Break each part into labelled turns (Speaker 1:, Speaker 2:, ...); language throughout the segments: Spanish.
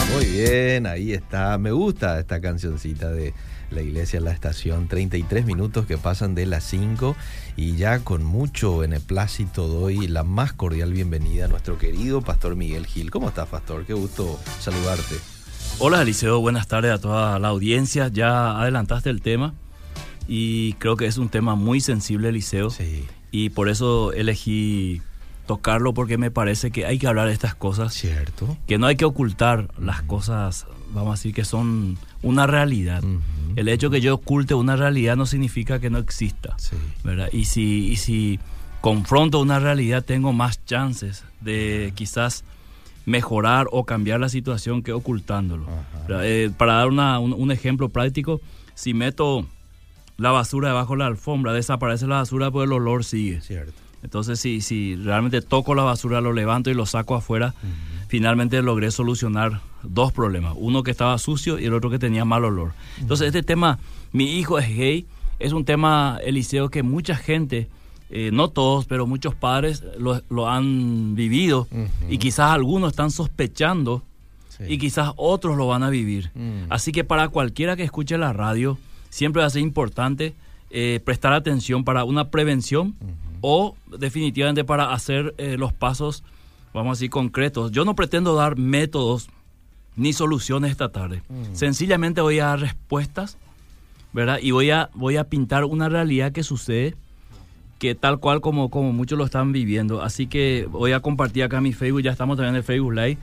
Speaker 1: Muy bien, ahí está. Me gusta esta cancioncita de la iglesia La Estación. 33 minutos que pasan de las 5 y ya con mucho beneplácito doy la más cordial bienvenida a nuestro querido Pastor Miguel Gil. ¿Cómo estás, Pastor? Qué gusto saludarte.
Speaker 2: Hola, Eliseo. Buenas tardes a toda la audiencia. Ya adelantaste el tema y creo que es un tema muy sensible, Eliseo.
Speaker 1: Sí.
Speaker 2: Y por eso elegí tocarlo, porque me parece que hay que hablar de estas cosas.
Speaker 1: Cierto.
Speaker 2: Que no hay que ocultar las cosas, vamos a decir, que son una realidad. El hecho que yo oculte una realidad no significa que no exista,
Speaker 1: Sí.
Speaker 2: ¿verdad? Y si confronto una realidad, tengo más chances de quizás mejorar o cambiar la situación que ocultándolo. Para dar un ejemplo práctico, si meto la basura debajo de la alfombra, desaparece la basura, pues el olor sigue.
Speaker 1: Cierto.
Speaker 2: Entonces, si realmente toco la basura, lo levanto y lo saco afuera, finalmente logré solucionar dos problemas. Uno que estaba sucio y el otro que tenía mal olor. Entonces, este tema, mi hijo es gay, es un tema, Eliseo, que mucha gente, no todos, pero muchos padres lo han vivido y quizás algunos están sospechando y quizás otros lo van a vivir. Así que para cualquiera que escuche la radio, siempre va a ser importante prestar atención para una prevención o definitivamente para hacer los pasos, vamos a decir, concretos. Yo no pretendo dar métodos ni soluciones esta tarde. Sencillamente voy a dar respuestas, ¿verdad? Y voy a pintar una realidad que sucede, que tal cual como muchos lo están viviendo. Así que voy a compartir acá mi Facebook. Ya estamos también en el Facebook Live.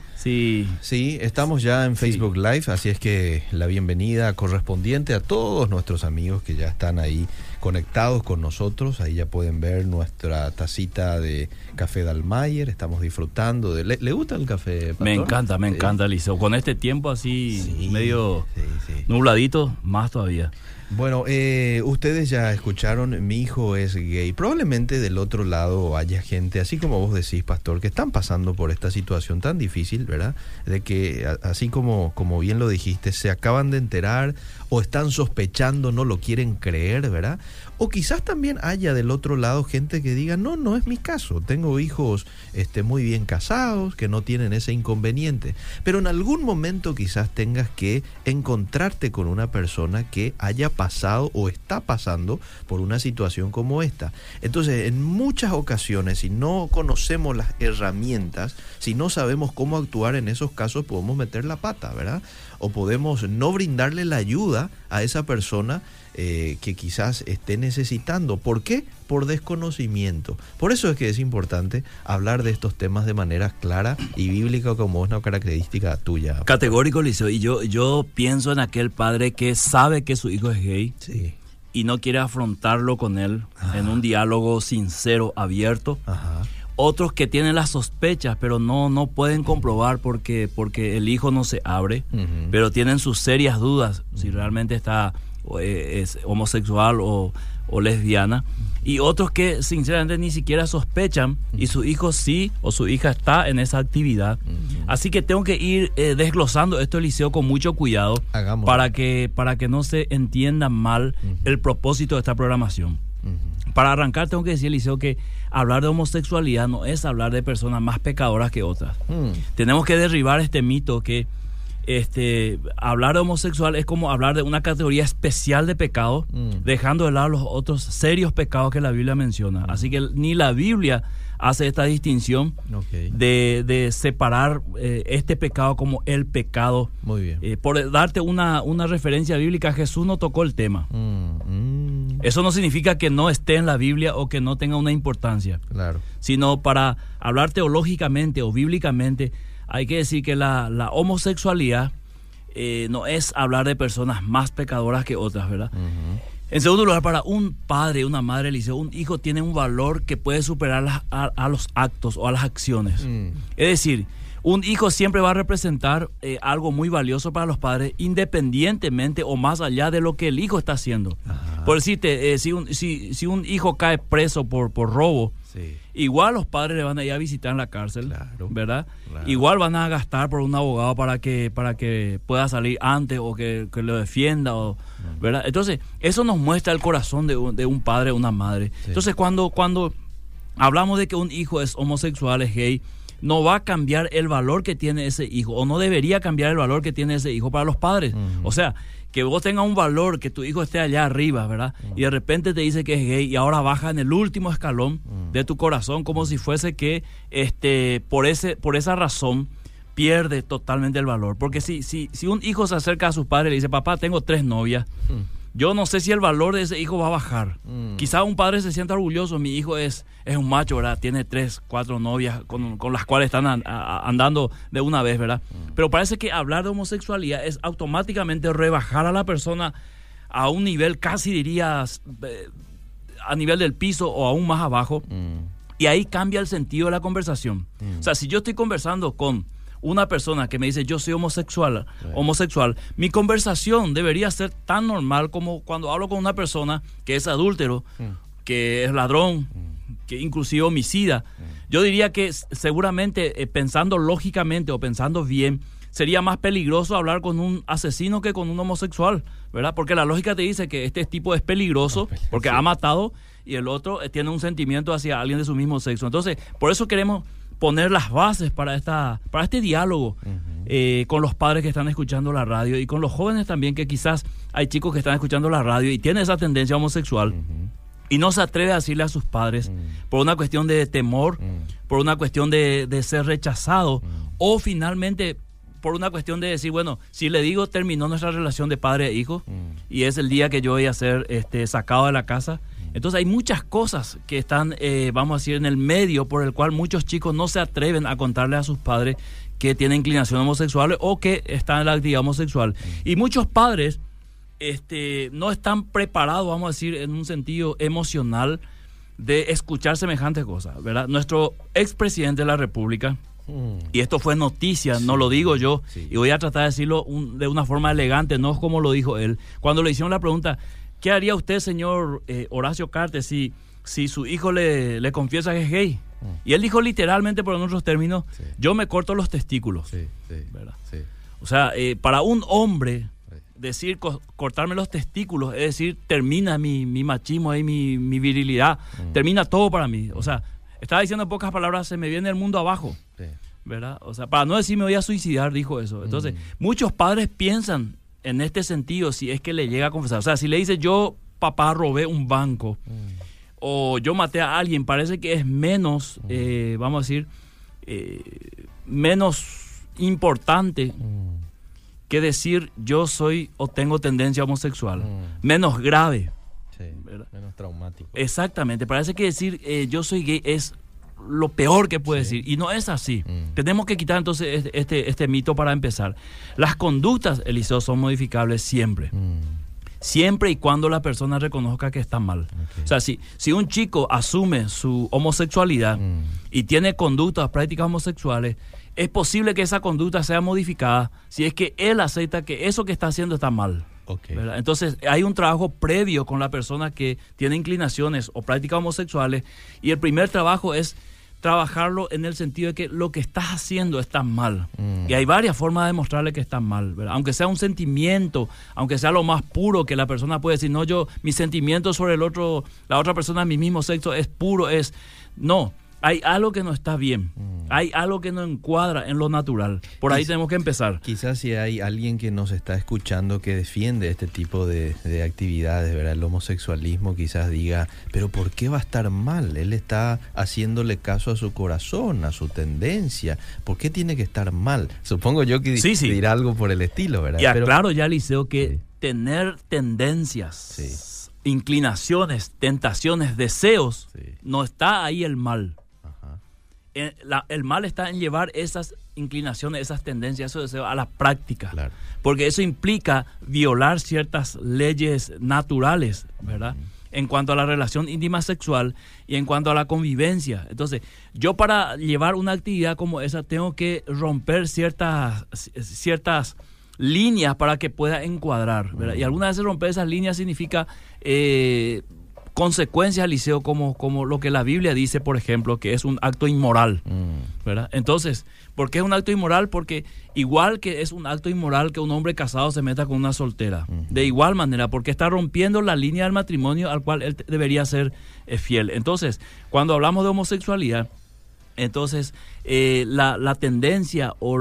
Speaker 1: Sí, estamos ya en Facebook Live, así es que la bienvenida correspondiente a todos nuestros amigos que ya están ahí conectados con nosotros. Ahí ya pueden ver nuestra tacita de café Dalmayer. Estamos disfrutando de... ¿Le gusta el café, Pastor?
Speaker 2: Me encanta, Eliseo. Con este tiempo así medio nubladito, más todavía.
Speaker 1: Bueno, ustedes ya escucharon, mi hijo es gay. Probablemente del otro lado haya gente, así como vos decís, Pastor, que están pasando por esta situación tan difícil, ¿verdad? De que, así como bien lo dijiste, se acaban de enterar o están sospechando, no lo quieren creer, ¿verdad? O quizás también haya del otro lado gente que diga, no es mi caso, tengo hijos muy bien casados, que no tienen ese inconveniente. Pero en algún momento quizás tengas que encontrarte con una persona que haya pasado o está pasando por una situación como esta. Entonces, en muchas ocasiones, si no conocemos las herramientas, si no sabemos cómo actuar en esos casos, podemos meter la pata, ¿verdad? O podemos no brindarle la ayuda a esa persona que quizás esté necesitando. ¿Por qué? Por desconocimiento. Por eso es que es importante hablar de estos temas de manera clara y bíblica, como es una característica tuya.
Speaker 2: Categórico, Liceo. Y yo pienso en aquel padre que sabe que su hijo es gay y no quiere afrontarlo con él en un diálogo sincero, abierto. Otros que tienen las sospechas, pero no pueden comprobar porque el hijo no se abre, pero tienen sus serias dudas si realmente es homosexual o lesbiana. Y otros que sinceramente ni siquiera sospechan y su hijo sí o su hija está en esa actividad. Así que tengo que ir desglosando esto, Eliseo, con mucho cuidado para que no se entienda mal el propósito de esta programación. Para arrancar tengo que decir, Eliseo, que hablar de homosexualidad no es hablar de personas más pecadoras que otras. Tenemos que derribar este mito que hablar de homosexual es como hablar de una categoría especial de pecado, dejando de lado los otros serios pecados que la Biblia menciona. Así que ni la Biblia hace esta distinción de separar este pecado como el pecado.
Speaker 1: Muy bien.
Speaker 2: Por darte una referencia bíblica, Jesús no tocó el tema. Eso no significa que no esté en la Biblia o que no tenga una importancia.
Speaker 1: Claro.
Speaker 2: Sino para hablar teológicamente o bíblicamente, hay que decir que la homosexualidad no es hablar de personas más pecadoras que otras, ¿verdad? En segundo lugar, para un padre, una madre, Eliseo, un hijo tiene un valor que puede superar a los actos o a las acciones. Es decir, un hijo siempre va a representar algo muy valioso para los padres, independientemente o más allá de lo que el hijo está haciendo. Por decirte, si un hijo cae preso por robo, igual los padres le van a ir a visitar en la cárcel, ¿verdad? Claro. Igual van a gastar por un abogado para que pueda salir antes o que lo defienda, ¿verdad? Entonces, eso nos muestra el corazón de un padre o una madre. Entonces, cuando hablamos de que un hijo es homosexual, es gay, no va a cambiar el valor que tiene ese hijo, o no debería cambiar el valor que tiene ese hijo para los padres. O sea, que vos tengas un valor, que tu hijo esté allá arriba, ¿verdad? Y de repente te dice que es gay y ahora baja en el último escalón de tu corazón, como si fuese que por esa razón pierde totalmente el valor. Porque si un hijo se acerca a sus padres y le dice, papá, tengo 3 novias, yo no sé si el valor de ese hijo va a bajar. Quizá un padre se sienta orgulloso, mi hijo es un macho, ¿verdad? Tiene 3, 4 novias con las cuales están andando de una vez, ¿verdad? Pero parece que hablar de homosexualidad es automáticamente rebajar a la persona a un nivel, casi dirías, a nivel del piso o aún más abajo. Y ahí cambia el sentido de la conversación. O sea, si yo estoy conversando con una persona que me dice yo soy homosexual, mi conversación debería ser tan normal como cuando hablo con una persona que es adúltero, que es ladrón, que inclusive homicida. Yo diría que seguramente, pensando lógicamente o pensando bien, sería más peligroso hablar con un asesino que con un homosexual, ¿verdad? Porque la lógica te dice que este tipo es peligroso porque ha matado y el otro tiene un sentimiento hacia alguien de su mismo sexo. Entonces, por eso queremos poner las bases para este diálogo con los padres que están escuchando la radio y con los jóvenes también, que quizás hay chicos que están escuchando la radio y tienen esa tendencia homosexual y no se atreve a decirle a sus padres por una cuestión de temor, por una cuestión de ser rechazado o finalmente por una cuestión de decir, bueno, si le digo terminó nuestra relación de padre e hijo y es el día que yo voy a ser sacado de la casa. Entonces hay muchas cosas que están, vamos a decir, en el medio por el cual muchos chicos no se atreven a contarle a sus padres que tienen inclinación homosexual o que están en la actividad homosexual. Y muchos padres no están preparados, vamos a decir, en un sentido emocional de escuchar semejantes cosas, ¿verdad? Nuestro expresidente de la República, y esto fue noticia, no lo digo yo, y voy a tratar de decirlo de una forma elegante, no como lo dijo él. Cuando le hicieron la pregunta, ¿qué haría usted, señor Horacio Cartes, si su hijo le confiesa que es gay? Y él dijo literalmente, por en otros términos, yo me corto los testículos. ¿Verdad? O sea, para un hombre, decir cortarme los testículos, es decir, termina mi machismo y mi virilidad, termina todo para mí. O sea, estaba diciendo en pocas palabras, se me viene el mundo abajo. ¿Verdad? O sea, para no decir me voy a suicidar, dijo eso. Entonces, muchos padres piensan en este sentido, si es que le llega a confesar. O sea, si le dice yo, papá, robé un banco o yo maté a alguien, parece que es menos, vamos a decir, menos importante que decir yo soy o tengo tendencia homosexual. Menos grave.
Speaker 1: Menos traumático.
Speaker 2: Exactamente. Parece que decir yo soy gay es lo peor que puede decir, y no es así. Tenemos que quitar entonces este mito para empezar. Las conductas, Eliseo, son modificables siempre. Siempre y cuando la persona reconozca que está mal. O sea, si un chico asume su homosexualidad y tiene conductas, prácticas homosexuales, es posible que esa conducta sea modificada si es que él acepta que eso que está haciendo está mal. ¿Verdad? Entonces hay un trabajo previo con la persona que tiene inclinaciones o prácticas homosexuales, y el primer trabajo es trabajarlo en el sentido de que lo que estás haciendo está mal. Y hay varias formas de demostrarle que está mal, ¿verdad? Aunque sea un sentimiento, aunque sea lo más puro que la persona puede decir, no, mi sentimiento sobre la otra persona de mi mismo sexo es puro, no. Hay algo que no está bien, hay algo que no encuadra en lo natural. Por ahí tenemos que empezar.
Speaker 1: Quizás si hay alguien que nos está escuchando que defiende este tipo de actividades, ¿verdad? El homosexualismo, quizás diga, pero ¿por qué va a estar mal? Él está haciéndole caso a su corazón, a su tendencia. ¿Por qué tiene que estar mal? Supongo yo que dirá algo por el estilo, ¿verdad?
Speaker 2: Y aclaro ya, Eliseo, que tener tendencias, inclinaciones, tentaciones, deseos, no está ahí el mal. El mal está en llevar esas inclinaciones, esas tendencias, esos deseos a la práctica. Claro. Porque eso implica violar ciertas leyes naturales, ¿verdad? En cuanto a la relación íntima sexual y en cuanto a la convivencia. Entonces, yo para llevar una actividad como esa tengo que romper ciertas líneas para que pueda encuadrar, ¿verdad? Y algunas veces romper esas líneas significa consecuencias, Eliseo, como lo que la Biblia dice, por ejemplo, que es un acto inmoral, ¿verdad? Entonces, ¿por qué es un acto inmoral? Porque igual que es un acto inmoral que un hombre casado se meta con una soltera, de igual manera, porque está rompiendo la línea del matrimonio al cual él debería ser fiel. Entonces, cuando hablamos de homosexualidad, Entonces, la tendencia o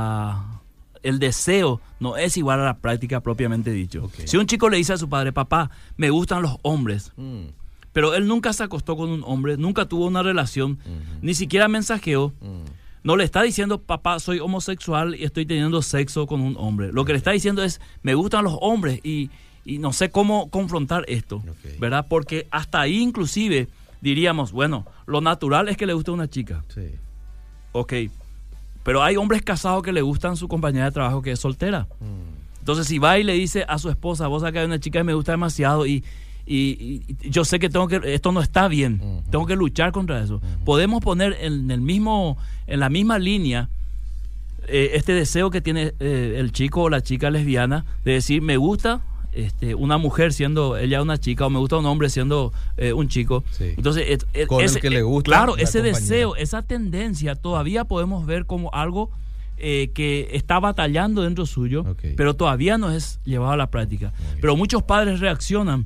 Speaker 2: el deseo no es igual a la práctica propiamente dicho. Okay. Si un chico le dice a su padre, papá, me gustan los hombres, pero él nunca se acostó con un hombre, nunca tuvo una relación, ni siquiera mensajeó, no le está diciendo, papá, soy homosexual y estoy teniendo sexo con un hombre. Lo que le está diciendo es, me gustan los hombres y no sé cómo confrontar esto, ¿verdad? Porque hasta ahí inclusive diríamos, bueno, lo natural es que le guste una chica. Sí. Ok. Pero hay hombres casados que le gustan su compañera de trabajo que es soltera. Entonces, si va y le dice a su esposa, vos sabés que hay una chica que me gusta demasiado y yo sé que esto no está bien, tengo que luchar contra eso. Podemos poner en la misma línea este deseo que tiene el chico o la chica lesbiana de decir, me gusta una mujer siendo ella una chica, o me gusta un hombre siendo un chico. Sí. Entonces,
Speaker 1: con el que le gusta.
Speaker 2: Claro, ese deseo, esa tendencia, todavía podemos ver como algo que está batallando dentro suyo, pero todavía no es llevado a la práctica. Pero muchos padres reaccionan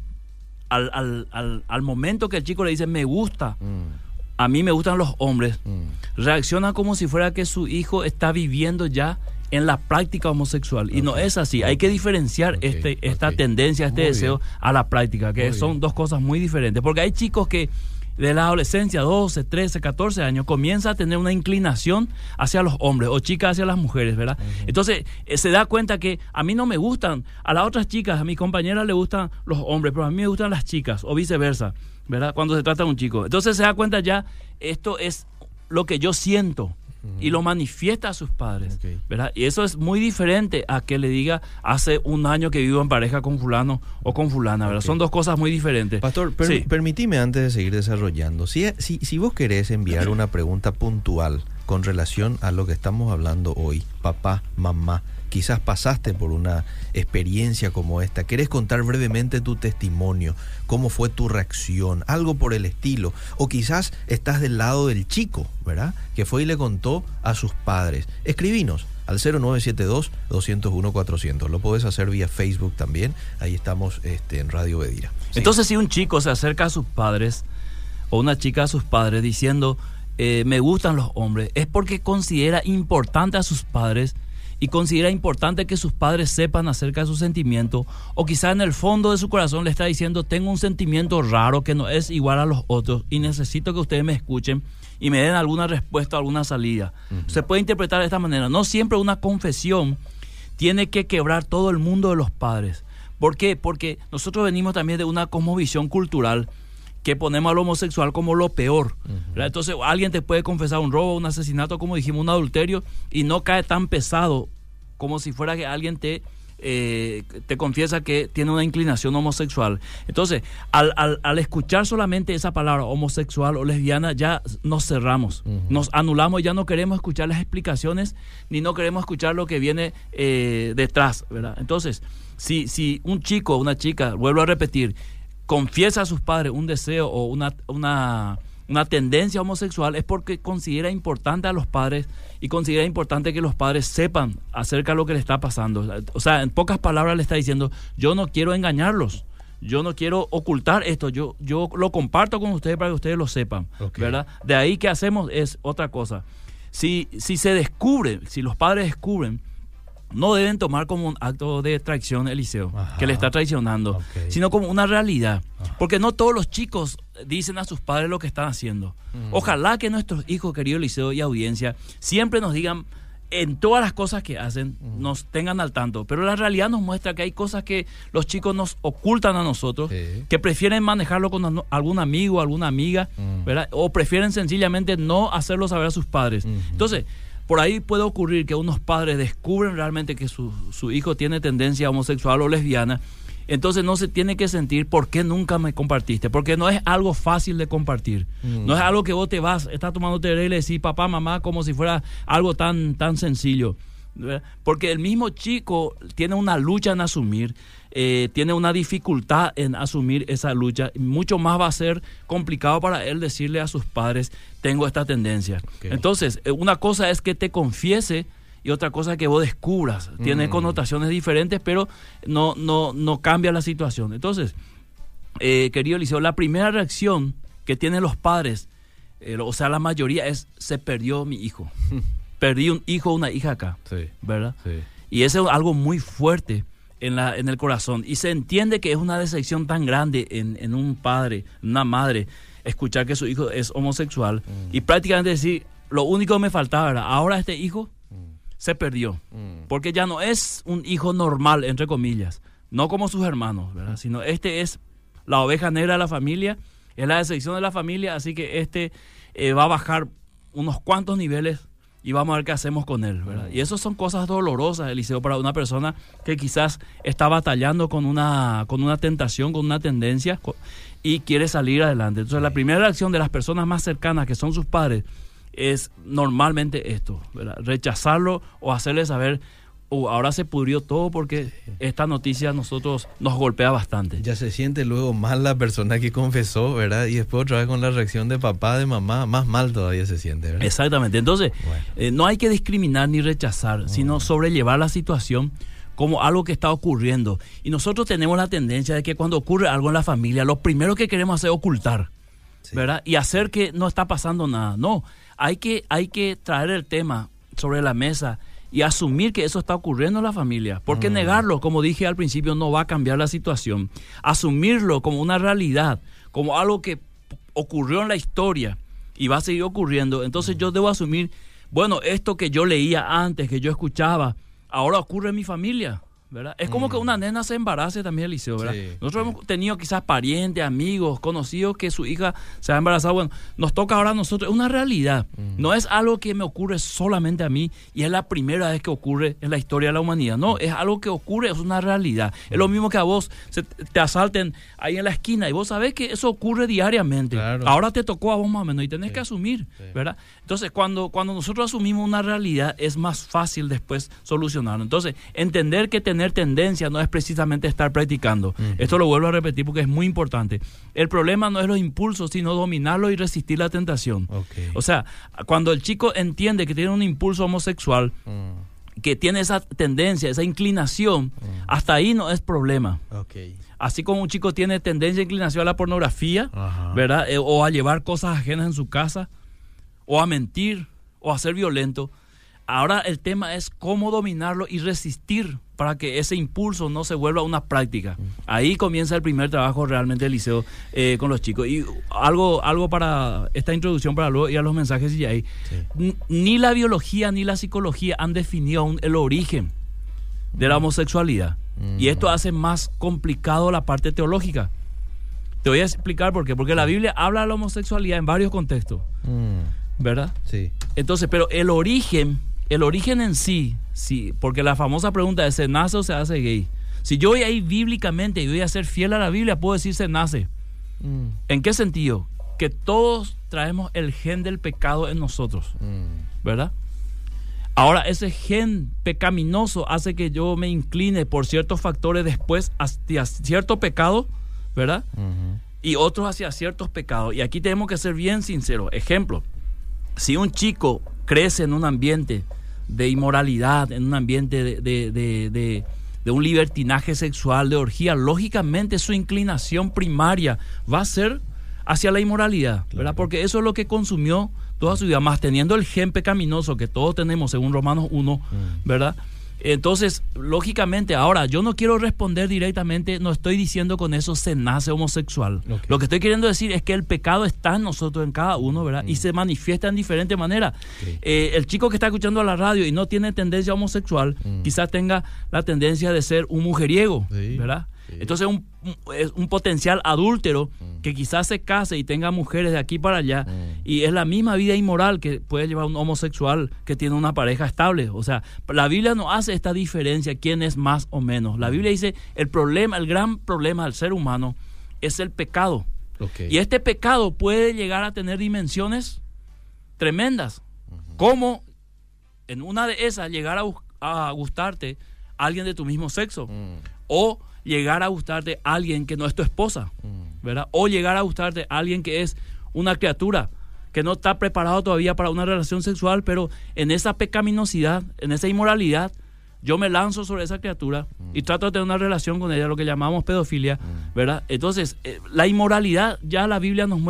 Speaker 2: al momento que el chico le dice, me gusta, a mí me gustan los hombres, reacciona como si fuera que su hijo está viviendo ya en la práctica homosexual. Y no es así. Hay que diferenciar esta tendencia, este deseo a la práctica, que son dos cosas muy diferentes. Porque hay chicos que de la adolescencia, 12, 13, 14 años, comienza a tener una inclinación hacia los hombres o chicas hacia las mujeres, ¿verdad? Entonces, se da cuenta que a mí no me gustan, a las otras chicas, a mis compañeras le gustan los hombres, pero a mí me gustan las chicas, o viceversa, ¿verdad? Cuando se trata de un chico. Entonces se da cuenta ya, esto es lo que yo siento. Y lo manifiesta a sus padres, ¿verdad? Y eso es muy diferente a que le diga hace un año que vivo en pareja con fulano o con fulana, ¿verdad? Son dos cosas muy diferentes.
Speaker 1: Pastor, permitime antes de seguir desarrollando, si vos querés enviar una pregunta puntual con relación a lo que estamos hablando hoy, papá, mamá, quizás pasaste por una experiencia como esta, querés contar brevemente tu testimonio, cómo fue tu reacción, algo por el estilo, o quizás estás del lado del chico, ¿verdad?, que fue y le contó a sus padres. Escribinos al 0972-201-400. Lo podés hacer vía Facebook también, ahí estamos en Radio Bedira. ¿Sí?
Speaker 2: Entonces, si un chico se acerca a sus padres o una chica a sus padres diciendo, me gustan los hombres, es porque considera importante a sus padres y considera importante que sus padres sepan acerca de su sentimiento, o quizá en el fondo de su corazón le está diciendo, tengo un sentimiento raro que no es igual a los otros y necesito que ustedes me escuchen y me den alguna respuesta, alguna salida. Se puede interpretar de esta manera. No siempre una confesión tiene que quebrar todo el mundo de los padres. ¿Por qué? Porque nosotros venimos también de una cosmovisión cultural que ponemos al homosexual como lo peor. Entonces alguien te puede confesar un robo, un asesinato, como dijimos, un adulterio, y no cae tan pesado como si fuera que alguien te confiesa que tiene una inclinación homosexual. Entonces, al escuchar solamente esa palabra homosexual o lesbiana, ya nos cerramos, nos anulamos, ya no queremos escuchar las explicaciones, ni no queremos escuchar lo que viene detrás, ¿verdad? Entonces, si un chico o una chica, vuelvo a repetir, confiesa a sus padres un deseo o una tendencia homosexual, es porque considera importante a los padres y considera importante que los padres sepan acerca de lo que le está pasando. O sea, en pocas palabras le está diciendo, yo no quiero engañarlos, yo no quiero ocultar esto, yo lo comparto con ustedes para que ustedes lo sepan, ¿verdad? De ahí que hacemos es otra cosa. Si se descubre, si los padres descubren, no deben tomar como un acto de traición Eliseo, que le está traicionando, sino como una realidad. Porque no todos los chicos dicen a sus padres lo que están haciendo. Ojalá que nuestros hijos, querido Eliseo y audiencia, siempre nos digan, en todas las cosas que hacen, nos tengan al tanto. Pero la realidad nos muestra que hay cosas que los chicos nos ocultan a nosotros, que prefieren manejarlo con algún amigo o alguna amiga, ¿verdad? O prefieren sencillamente no hacerlo saber a sus padres. Entonces, por ahí puede ocurrir que unos padres descubren realmente que su hijo tiene tendencia homosexual o lesbiana. Entonces no se tiene que sentir, ¿por qué nunca me compartiste? Porque no es algo fácil de compartir. No es algo que vos estás tomando té y le decís papá, mamá, como si fuera algo tan sencillo, ¿verdad? Porque el mismo chico tiene una lucha en asumir, tiene una dificultad en asumir esa lucha. Mucho más va a ser complicado para él decirle a sus padres, tengo esta tendencia. Entonces, una cosa es que te confiese y otra cosa es que vos descubras. Tiene connotaciones diferentes, pero no cambia la situación. Entonces, querido Eliseo, la primera reacción que tienen los padres o sea, la mayoría se perdió mi hijo. Perdí un hijo o una hija acá,
Speaker 1: sí,
Speaker 2: ¿verdad?
Speaker 1: Sí.
Speaker 2: Y eso es algo muy fuerte en el corazón. Y se entiende que es una decepción tan grande en un padre, una madre, escuchar que su hijo es homosexual y prácticamente decir, lo único que me faltaba era, ahora este hijo se perdió. Porque ya no es un hijo normal, entre comillas, no como sus hermanos, ¿verdad? Sino este es la oveja negra de la familia, es la decepción de la familia, así que va a bajar unos cuantos niveles y vamos a ver qué hacemos con él, ¿verdad? Y eso son cosas dolorosas, Eliseo, para una persona que quizás está batallando con una tentación, con una tendencia y quiere salir adelante. Entonces, la primera reacción de las personas más cercanas, que son sus padres, es normalmente esto, ¿verdad? Rechazarlo o hacerle saber, ahora se pudrió todo porque esta noticia a nosotros nos golpea bastante.
Speaker 1: Ya se siente luego mal la persona que confesó, ¿verdad? Y después otra vez con la reacción de papá, de mamá, más mal todavía se siente, ¿verdad?
Speaker 2: Exactamente. Entonces, no hay que discriminar ni rechazar, sino sobrellevar la situación como algo que está ocurriendo. Y nosotros tenemos la tendencia de que cuando ocurre algo en la familia, lo primero que queremos hacer es ocultar, ¿verdad? Y hacer que no está pasando nada. No, hay que traer el tema sobre la mesa y asumir que eso está ocurriendo en la familia. Porque negarlo, como dije al principio, no va a cambiar la situación. Asumirlo como una realidad, como algo que ocurrió en la historia y va a seguir ocurriendo. Entonces yo debo asumir, bueno, esto que yo leía antes, que yo escuchaba, ahora ocurre en mi familia, ¿verdad? Es como que una nena se embarace también, Eliseo, ¿verdad? Sí, nosotros hemos tenido quizás parientes, amigos, conocidos que su hija se ha embarazado. Bueno, nos toca ahora a nosotros. Es una realidad. No es algo que me ocurre solamente a mí y es la primera vez que ocurre en la historia de la humanidad. No, es algo que ocurre, es una realidad. Es lo mismo que a vos te asalten ahí en la esquina y vos sabés que eso ocurre diariamente. Claro. Ahora te tocó a vos más o menos y tenés que asumir, ¿verdad? Entonces, cuando nosotros asumimos una realidad, es más fácil después solucionarlo. Entonces, entender que tener tendencia no es precisamente estar practicando. Esto lo vuelvo a repetir porque es muy importante. El problema no es los impulsos, sino dominarlo y resistir la tentación. O sea, cuando el chico entiende que tiene un impulso homosexual, que tiene esa tendencia, esa inclinación, hasta ahí no es problema. Así como un chico tiene tendencia e inclinación a la pornografía, ¿verdad? O a llevar cosas ajenas en su casa, o a mentir, o a ser violento. Ahora el tema es cómo dominarlo y resistir para que ese impulso no se vuelva una práctica. Ahí comienza el primer trabajo realmente del liceo con los chicos. Y algo para esta introducción para luego ir a los mensajes y ahí. Ni la biología ni la psicología han definido aún el origen de la homosexualidad. Y esto hace más complicado la parte teológica. Te voy a explicar por qué. Porque la Biblia habla de la homosexualidad en varios contextos. ¿Verdad? Sí. Entonces, pero el origen en sí, porque la famosa pregunta es, ¿se nace o se hace gay? Si yo voy ahí bíblicamente y voy a ser fiel a la Biblia, puedo decir se nace. ¿En qué sentido? Que todos traemos el gen del pecado en nosotros, ¿verdad? Ahora, ese gen pecaminoso hace que yo me incline por ciertos factores después hacia cierto pecado, ¿verdad? Y otros hacia ciertos pecados. Y aquí tenemos que ser bien sinceros. Ejemplo, si un chico crece en un ambiente de inmoralidad, en un ambiente de un libertinaje sexual, de orgía, lógicamente su inclinación primaria va a ser hacia la inmoralidad, ¿verdad? Porque eso es lo que consumió toda su vida, más teniendo el gen pecaminoso que todos tenemos según Romanos 1, ¿verdad? Entonces, lógicamente, ahora, yo no quiero responder directamente, no estoy diciendo con eso se nace homosexual. Lo que estoy queriendo decir es que el pecado está en nosotros, en cada uno, ¿verdad? Y se manifiesta en diferente manera. El chico que está escuchando la radio y no tiene tendencia homosexual, quizás tenga la tendencia de ser un mujeriego, ¿verdad? Entonces es un potencial adúltero que quizás se case y tenga mujeres de aquí para allá y es la misma vida inmoral que puede llevar un homosexual que tiene una pareja estable. O sea, la Biblia no hace esta diferencia quién es más o menos. La Biblia dice el gran problema del ser humano es el pecado. Y este pecado puede llegar a tener dimensiones tremendas, como en una de esas llegar a gustarte a alguien de tu mismo sexo, o llegar a gustarte a alguien que no es tu esposa, ¿verdad? O llegar a gustarte a alguien que es una criatura que no está preparado todavía para una relación sexual, pero en esa pecaminosidad, en esa inmoralidad, yo me lanzo sobre esa criatura y trato de tener una relación con ella, lo que llamamos pedofilia, ¿verdad? Entonces, la inmoralidad ya la Biblia nos muestra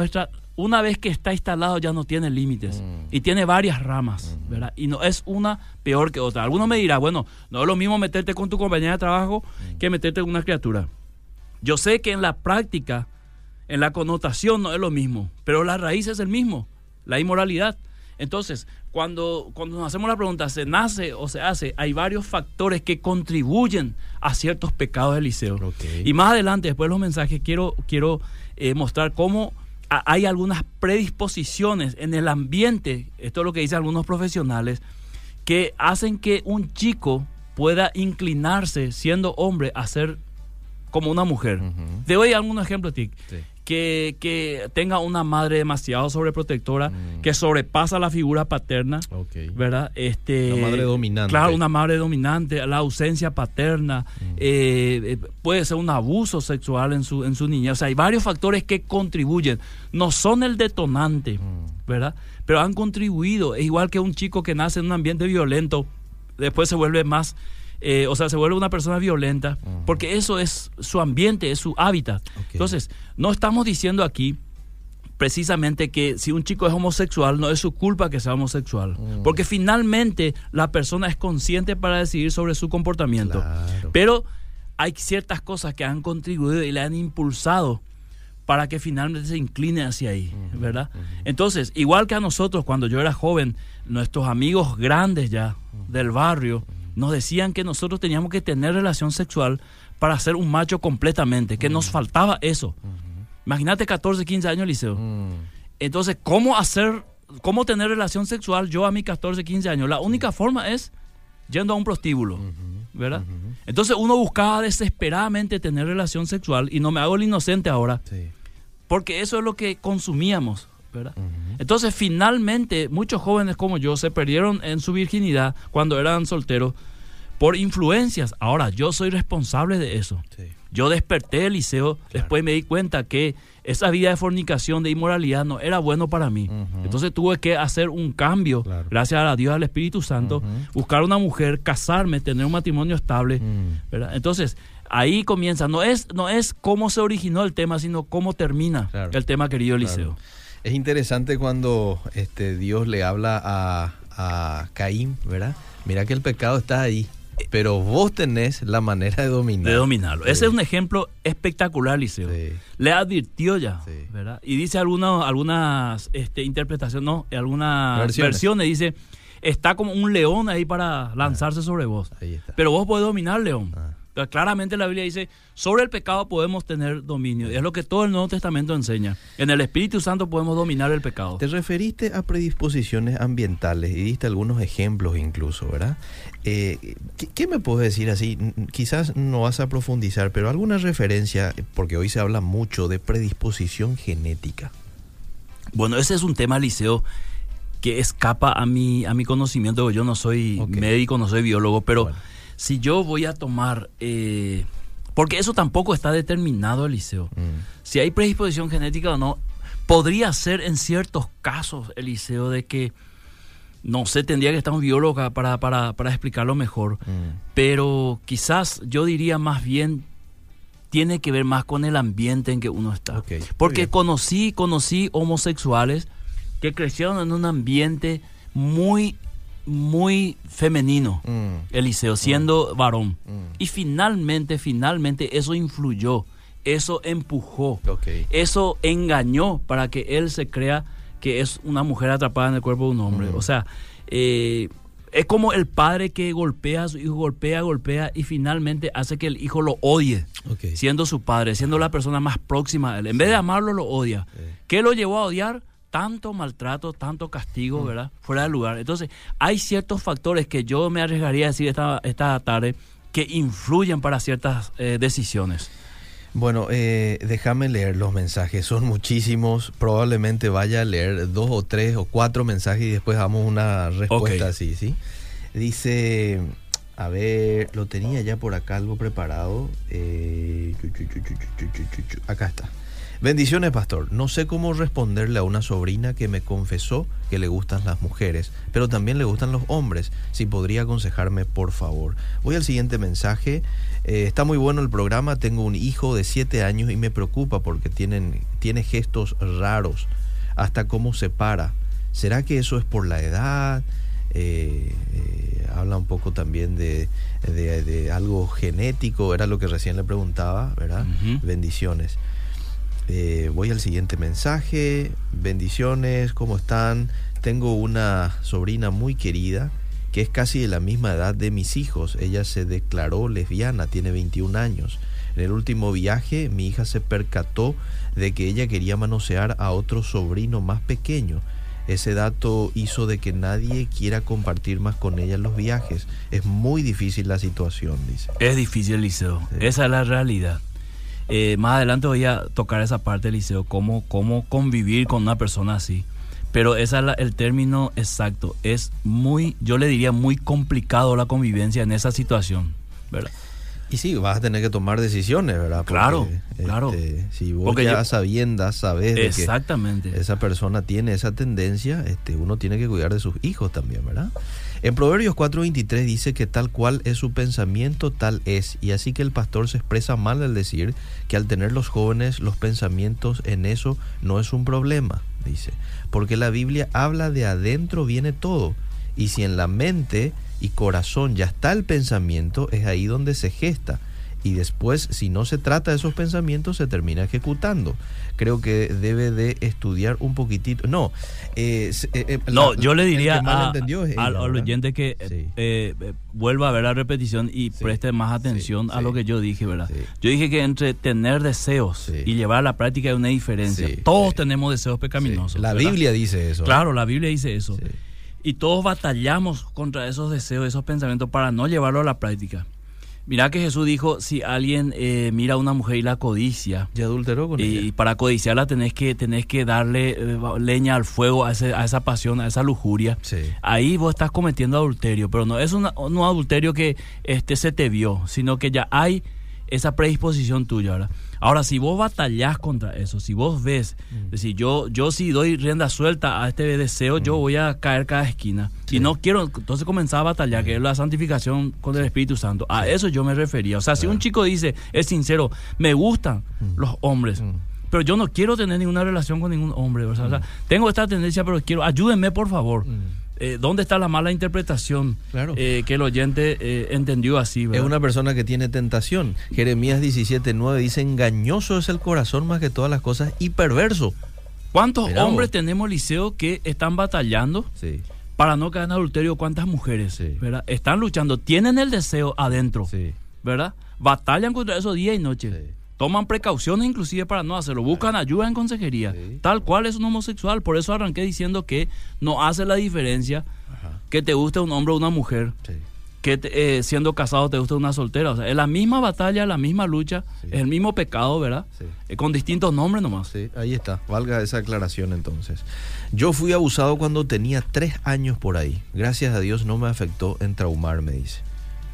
Speaker 2: una vez que está instalado ya no tiene límites y tiene varias ramas, ¿verdad? Y no es una peor que otra. Algunos me dirán, bueno, no es lo mismo meterte con tu compañera de trabajo que meterte con una criatura. Yo sé que en la práctica, en la connotación no es lo mismo, pero la raíz es el mismo, la inmoralidad. Entonces, cuando nos hacemos la pregunta, ¿se nace o se hace? Hay varios factores que contribuyen a ciertos pecados, Eliseo. Okay. Y más adelante, después de los mensajes, quiero mostrar cómo hay algunas predisposiciones en el ambiente, esto es lo que dicen algunos profesionales, que hacen que un chico pueda inclinarse, siendo hombre, a ser como una mujer. Te doy algún ejemplo, Tic. Sí. Que tenga una madre demasiado sobreprotectora, que sobrepasa la figura paterna, ¿verdad?
Speaker 1: Una madre dominante.
Speaker 2: Claro, una madre dominante, la ausencia paterna, puede ser un abuso sexual en su niñez. O sea, hay varios factores que contribuyen. No son el detonante, ¿verdad? Pero han contribuido. Es igual que un chico que nace en un ambiente violento, después se vuelve más... se vuelve una persona violenta, porque eso es su ambiente, es su hábitat. Entonces, no estamos diciendo aquí precisamente que si un chico es homosexual, no es su culpa que sea homosexual, porque finalmente la persona es consciente para decidir sobre su comportamiento. Claro. Pero hay ciertas cosas que han contribuido y le han impulsado para que finalmente se incline hacia ahí, ¿verdad? Entonces, igual que a nosotros, cuando yo era joven, nuestros amigos grandes ya del barrio nos decían que nosotros teníamos que tener relación sexual para ser un macho completamente, que nos faltaba eso. Imagínate 14, 15 años, Eliseo. Entonces, ¿cómo tener relación sexual yo a mis 14, 15 años? La única forma es yendo a un prostíbulo, ¿verdad? Entonces uno buscaba desesperadamente tener relación sexual, y no me hago el inocente ahora, porque eso es lo que consumíamos, ¿verdad? Entonces finalmente muchos jóvenes como yo se perdieron en su virginidad cuando eran solteros por influencias. Ahora yo soy responsable de eso. Yo desperté, Eliseo, después me di cuenta que esa vida de fornicación, de inmoralidad, no era bueno para mí. Entonces tuve que hacer un cambio, gracias a Dios, al Espíritu Santo, buscar una mujer, casarme, tener un matrimonio estable, ¿verdad? Entonces ahí comienza, no es cómo se originó el tema, sino cómo termina el tema, querido Eliseo.
Speaker 1: Es interesante cuando Dios le habla a Caín, ¿verdad? Mira que el pecado está ahí, pero vos tenés la manera de dominarlo.
Speaker 2: Ese es un ejemplo espectacular, Eliseo. Le advirtió ya, ¿verdad? Y dice algunas interpretaciones, no, algunas versiones dice, está como un león ahí para lanzarse sobre vos. Pero vos podés dominar, león. Pero claramente la Biblia dice, sobre el pecado podemos tener dominio. Y es lo que todo el Nuevo Testamento enseña. En el Espíritu Santo podemos dominar el pecado.
Speaker 1: Te referiste a predisposiciones ambientales y diste algunos ejemplos incluso, ¿verdad? ¿Qué me puedes decir así? Quizás no vas a profundizar, pero alguna referencia, porque hoy se habla mucho de predisposición genética.
Speaker 2: Bueno, ese es un tema, Eliseo, que escapa a mi conocimiento. Yo no soy médico, no soy biólogo, pero... Bueno. Si yo voy a tomar, porque eso tampoco está determinado, Eliseo. Si hay predisposición genética o no, podría ser en ciertos casos, Eliseo, de que, no sé, tendría que estar un biólogo para explicarlo mejor. Pero quizás yo diría más bien, tiene que ver más con el ambiente en que uno está. Porque conocí homosexuales que crecieron en un ambiente muy femenino, Eliseo, siendo varón. Y finalmente eso influyó, eso empujó, eso engañó para que él se crea que es una mujer atrapada en el cuerpo de un hombre. O sea, es como el padre que golpea a su hijo, golpea y finalmente hace que el hijo lo odie, siendo su padre, siendo la persona más próxima a él. En vez de amarlo, lo odia. ¿Qué lo llevó a odiar? Tanto maltrato, tanto castigo, ¿verdad? Fuera de lugar. Entonces, hay ciertos factores que yo me arriesgaría a decir esta tarde que influyen para ciertas decisiones.
Speaker 1: Bueno, déjame leer los mensajes. Son muchísimos. Probablemente vaya a leer 2 o 3 o 4 mensajes y después damos una respuesta así, ¿sí? Dice, a ver, lo tenía ya por acá algo preparado. Acá está. Bendiciones, pastor. No sé cómo responderle a una sobrina que me confesó que le gustan las mujeres, pero también le gustan los hombres. Si podría aconsejarme, por favor. Voy al siguiente mensaje. Está muy bueno el programa. Tengo un hijo de 7 años y me preocupa porque tiene gestos raros. hasta cómo se para. ¿Será que eso es por la edad? Habla un poco también de algo genético, era lo que recién le preguntaba, ¿verdad? Bendiciones. Voy al siguiente mensaje. Bendiciones, ¿cómo están? Tengo una sobrina muy querida que es casi de la misma edad de mis hijos. Ella se declaró lesbiana, tiene 21 años. En el último viaje, mi hija se percató de que ella quería manosear a otro sobrino más pequeño. Ese dato hizo de que nadie quiera compartir más con ella en los viajes. Es muy difícil la situación, dice.
Speaker 2: Es difícil, Liceo. Sí. Esa es la realidad. Más adelante voy a tocar esa parte, Liceo, cómo convivir con una persona así. Pero ese es el término exacto. Es muy, yo le diría, muy complicado la convivencia en esa situación, ¿verdad?
Speaker 1: Y sí, vas a tener que tomar decisiones, ¿verdad? Porque,
Speaker 2: claro.
Speaker 1: Si vos ya sabiendas, sabés de que esa persona tiene esa tendencia, uno tiene que cuidar de sus hijos también, ¿verdad? En Proverbios 4:23 dice que tal cual es su pensamiento, tal es. Y así que el pastor se expresa mal al decir que al tener los jóvenes los pensamientos en eso no es un problema, dice. Porque la Biblia habla de adentro viene todo. Y si en la mente y corazón ya está el pensamiento, es ahí donde se gesta. Y después, si no se trata de esos pensamientos, se termina ejecutando. Creo que debe de estudiar un poquitito.
Speaker 2: Yo le diría al oyente que vuelva a ver la repetición y preste más atención a lo que yo dije, ¿verdad? Sí. Yo dije que entre tener deseos y llevar a la práctica hay una diferencia. Todos tenemos deseos pecaminosos.
Speaker 1: La Biblia dice eso.
Speaker 2: Claro, la Biblia dice eso. Sí. Y todos batallamos contra esos deseos, esos pensamientos para no llevarlo a la práctica. Mirá que Jesús dijo, si alguien mira a una mujer y la codicia,
Speaker 1: ya adulteró con ella.
Speaker 2: Y para codiciarla tenés que darle leña al fuego a esa pasión, a esa lujuria. Sí. Ahí vos estás cometiendo adulterio, pero no es un adulterio que se te vio, sino que ya hay esa predisposición tuya, ¿verdad? Ahora, si vos batallás contra eso, si vos ves, decir, yo si doy rienda suelta a este deseo, yo voy a caer cada esquina. Sí. Y no quiero, entonces comenzar a batallar, que es la santificación con el Espíritu Santo. A eso yo me refería. O sea, si un chico dice, es sincero, me gustan los hombres, pero yo no quiero tener ninguna relación con ningún hombre. O sea, tengo esta tendencia, pero quiero, ayúdenme por favor. ¿Dónde está la mala interpretación? Claro. Que el oyente entendió así, ¿verdad?
Speaker 1: Es una persona que tiene tentación. Jeremías 17:9 dice, engañoso es el corazón más que todas las cosas y perverso.
Speaker 2: ¿Cuántos hombres tenemos, Liceo, que están batallando para no caer en adulterio? ¿Cuántas mujeres? ¿Verdad? Están luchando, tienen el deseo adentro, ¿verdad? Batallan contra eso día y noche. Toman precauciones inclusive para no hacerlo, buscan ayuda en consejería, tal cual es un homosexual. Por eso arranqué diciendo que no hace la diferencia que te guste un hombre o una mujer, que siendo casado te guste una soltera. O sea, es la misma batalla, la misma lucha, es el mismo pecado, ¿verdad? Con distintos nombres nomás.
Speaker 1: Sí, ahí está, valga esa aclaración entonces. Yo fui abusado cuando tenía 3 años por ahí. Gracias a Dios no me afectó en traumarme, dice.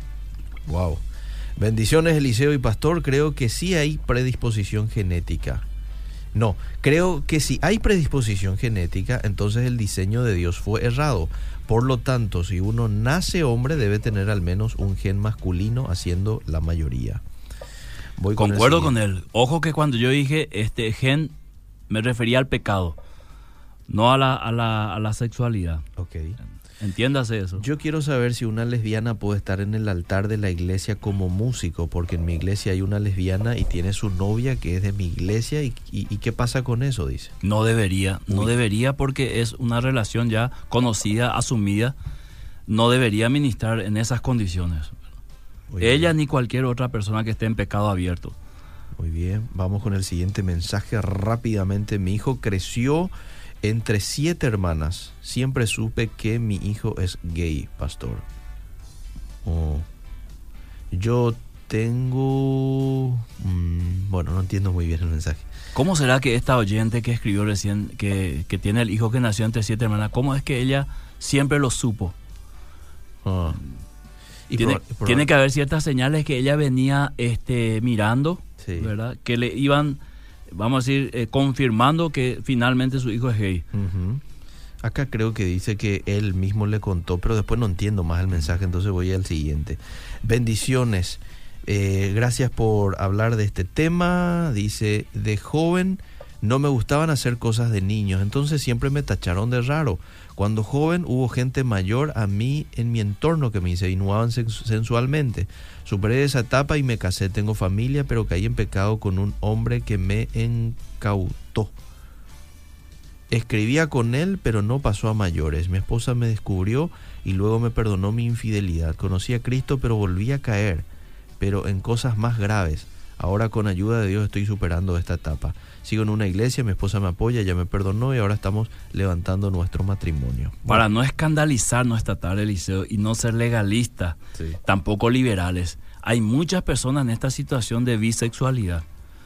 Speaker 1: Wow. Bendiciones, Eliseo y Pastor. Creo que sí hay predisposición genética. No, creo que si hay predisposición genética, entonces el diseño de Dios fue errado. Por lo tanto, si uno nace hombre, debe tener al menos un gen masculino, haciendo la mayoría.
Speaker 2: Concuerdo con él. Ojo que cuando yo dije este gen, me refería al pecado, no a la sexualidad.
Speaker 1: Ok.
Speaker 2: Entiéndase eso.
Speaker 1: Yo quiero saber si una lesbiana puede estar en el altar de la iglesia como músico, porque en mi iglesia hay una lesbiana y tiene su novia que es de mi iglesia. ¿Y qué pasa con eso? Dice.
Speaker 2: No debería porque es una relación ya conocida, asumida. No debería ministrar en esas condiciones. Ella ni cualquier otra persona que esté en pecado abierto.
Speaker 1: Muy bien, vamos con el siguiente mensaje rápidamente. Mi hijo creció entre 7 hermanas. Siempre supe que mi hijo es gay, Pastor. Yo tengo... bueno, no entiendo muy bien el mensaje.
Speaker 2: ¿Cómo será que esta oyente que escribió recién, que tiene el hijo que nació entre 7 hermanas, cómo es que ella siempre lo supo? Tiene que haber ciertas señales que ella venía mirando, ¿verdad? Que le iban... vamos a decir, confirmando que finalmente su hijo es gay.
Speaker 1: Acá creo que dice que él mismo le contó, pero después no entiendo más el mensaje, entonces voy al siguiente. Bendiciones. Gracias por hablar de este tema. Dice, de joven No me gustaban hacer cosas de niños, entonces siempre me tacharon de raro. Cuando joven hubo gente mayor a mí en mi entorno que me insinuaban sensualmente. Superé esa etapa y me casé, tengo familia, pero caí en pecado con un hombre que me incautó. Escribía con él, pero no pasó a mayores. Mi esposa me descubrió y luego me perdonó mi infidelidad. Conocí a Cristo, pero volví a caer, pero en cosas más graves. Ahora con ayuda de Dios estoy superando esta etapa. Sigo en una iglesia, mi esposa me apoya, ella me perdonó y ahora estamos levantando nuestro matrimonio.
Speaker 2: Para no escandalizarnos esta tarde, Eliseo, y no ser legalistas, tampoco liberales. Hay muchas personas en esta situación de bisexualidad.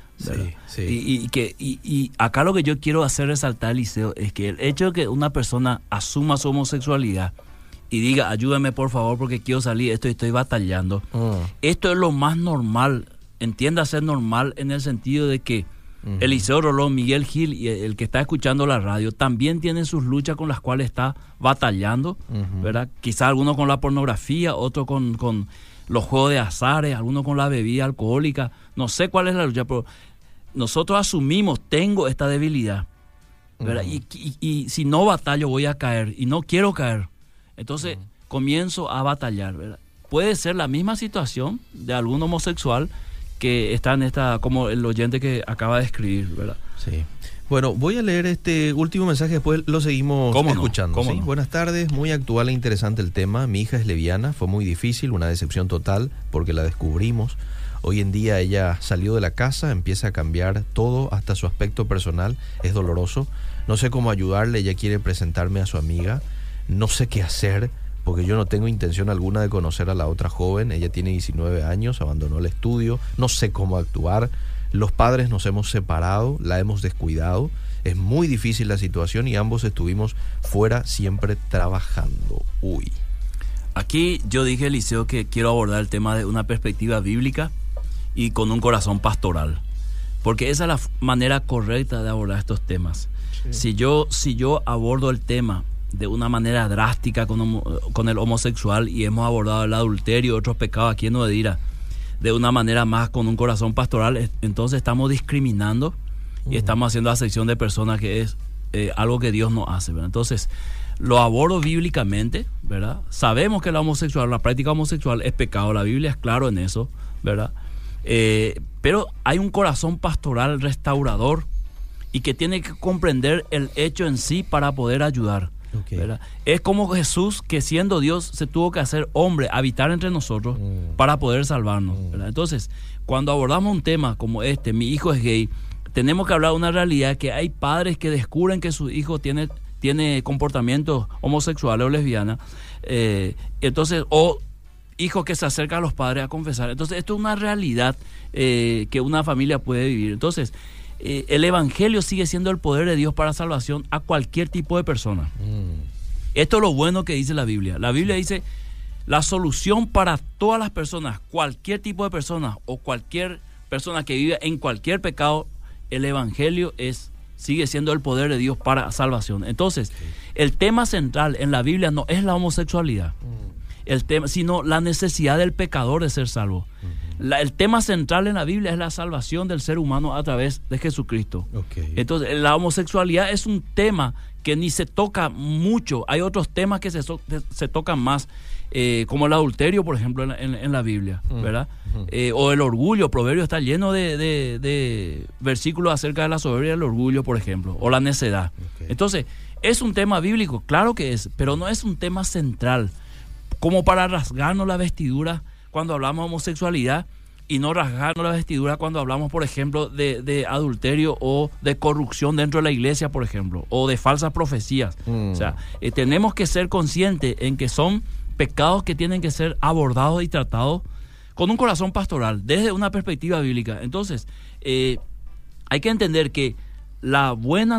Speaker 2: Y acá lo que yo quiero hacer resaltar, Eliseo, es que el hecho de que una persona asuma su homosexualidad y diga, ayúdame por favor porque quiero salir, estoy batallando. Esto es lo más normal, entiéndase normal en el sentido de que Eliseo Rolón, Miguel Gil y el que está escuchando la radio también tienen sus luchas con las cuales está batallando, ¿verdad? Quizá algunos con la pornografía, otros con los juegos de azares, algunos con la bebida alcohólica. No sé cuál es la lucha, pero nosotros asumimos, tengo esta debilidad, ¿verdad? Y si no batallo voy a caer y no quiero caer. Entonces comienzo a batallar, ¿verdad? Puede ser la misma situación de algún homosexual que está en esta, como el oyente que acaba de escribir, ¿verdad?
Speaker 1: Sí. Bueno, voy a leer este último mensaje, después lo seguimos escuchando. ¿Sí? Buenas tardes, muy actual e interesante el tema. Mi hija es lesbiana, fue muy difícil, una decepción total porque la descubrimos. Hoy en día ella salió de la casa, empieza a cambiar todo, hasta su aspecto personal, es doloroso. No sé cómo ayudarle, ella quiere presentarme a su amiga, no sé qué hacer, porque yo no tengo intención alguna de conocer a la otra joven. Ella tiene 19 años, abandonó el estudio, no sé cómo actuar. Los padres nos hemos separado, la hemos descuidado. Es muy difícil la situación y ambos estuvimos fuera siempre trabajando.
Speaker 2: Aquí yo dije, Eliseo, que quiero abordar el tema de una perspectiva bíblica y con un corazón pastoral, porque esa es la manera correcta de abordar estos temas. Si yo abordo el tema de una manera drástica con el homosexual, y hemos abordado el adulterio y otros pecados aquí en Odedira de una manera más con un corazón pastoral, entonces estamos discriminando y estamos haciendo acepción de personas, que es algo que Dios no hace, ¿verdad? Entonces lo abordo bíblicamente, ¿verdad? Sabemos que la práctica homosexual es pecado, la Biblia es claro en eso, ¿verdad? Pero hay un corazón pastoral restaurador y que tiene que comprender el hecho en sí para poder ayudar. ¿Verdad? Es como Jesús, que siendo Dios se tuvo que hacer hombre, habitar entre nosotros para poder salvarnos, ¿verdad? Entonces, cuando abordamos un tema como este, mi hijo es gay, tenemos que hablar de una realidad, que hay padres que descubren que su hijo tiene comportamientos homosexuales o lesbianas, entonces, o hijos que se acercan a los padres a confesar. Entonces, esto es una realidad que una familia puede vivir. Entonces, el evangelio sigue siendo el poder de Dios para salvación a cualquier tipo de persona. Esto es lo bueno que dice la Biblia. La Biblia dice la solución para todas las personas, cualquier tipo de personas o cualquier persona que vive en cualquier pecado. El evangelio sigue siendo el poder de Dios para salvación. Entonces, el tema central en la Biblia no es la homosexualidad, sino la necesidad del pecador de ser salvo. El tema central en la Biblia es la salvación del ser humano a través de Jesucristo. Entonces, la homosexualidad es un tema que ni se toca mucho. Hay otros temas que se tocan más, como el adulterio, por ejemplo, en la Biblia, ¿verdad? O el orgullo. Proverbios está lleno de versículos acerca de la soberbia y el orgullo, por ejemplo, o la necedad. Entonces, es un tema bíblico, claro que es, pero no es un tema central, como para rasgarnos la vestidura cuando hablamos de homosexualidad, y no rasgarnos la vestidura cuando hablamos, por ejemplo, de adulterio o de corrupción dentro de la iglesia, por ejemplo, o de falsas profecías. O sea, tenemos que ser conscientes en que son pecados que tienen que ser abordados y tratados con un corazón pastoral, desde una perspectiva bíblica. Entonces, hay que entender que la buena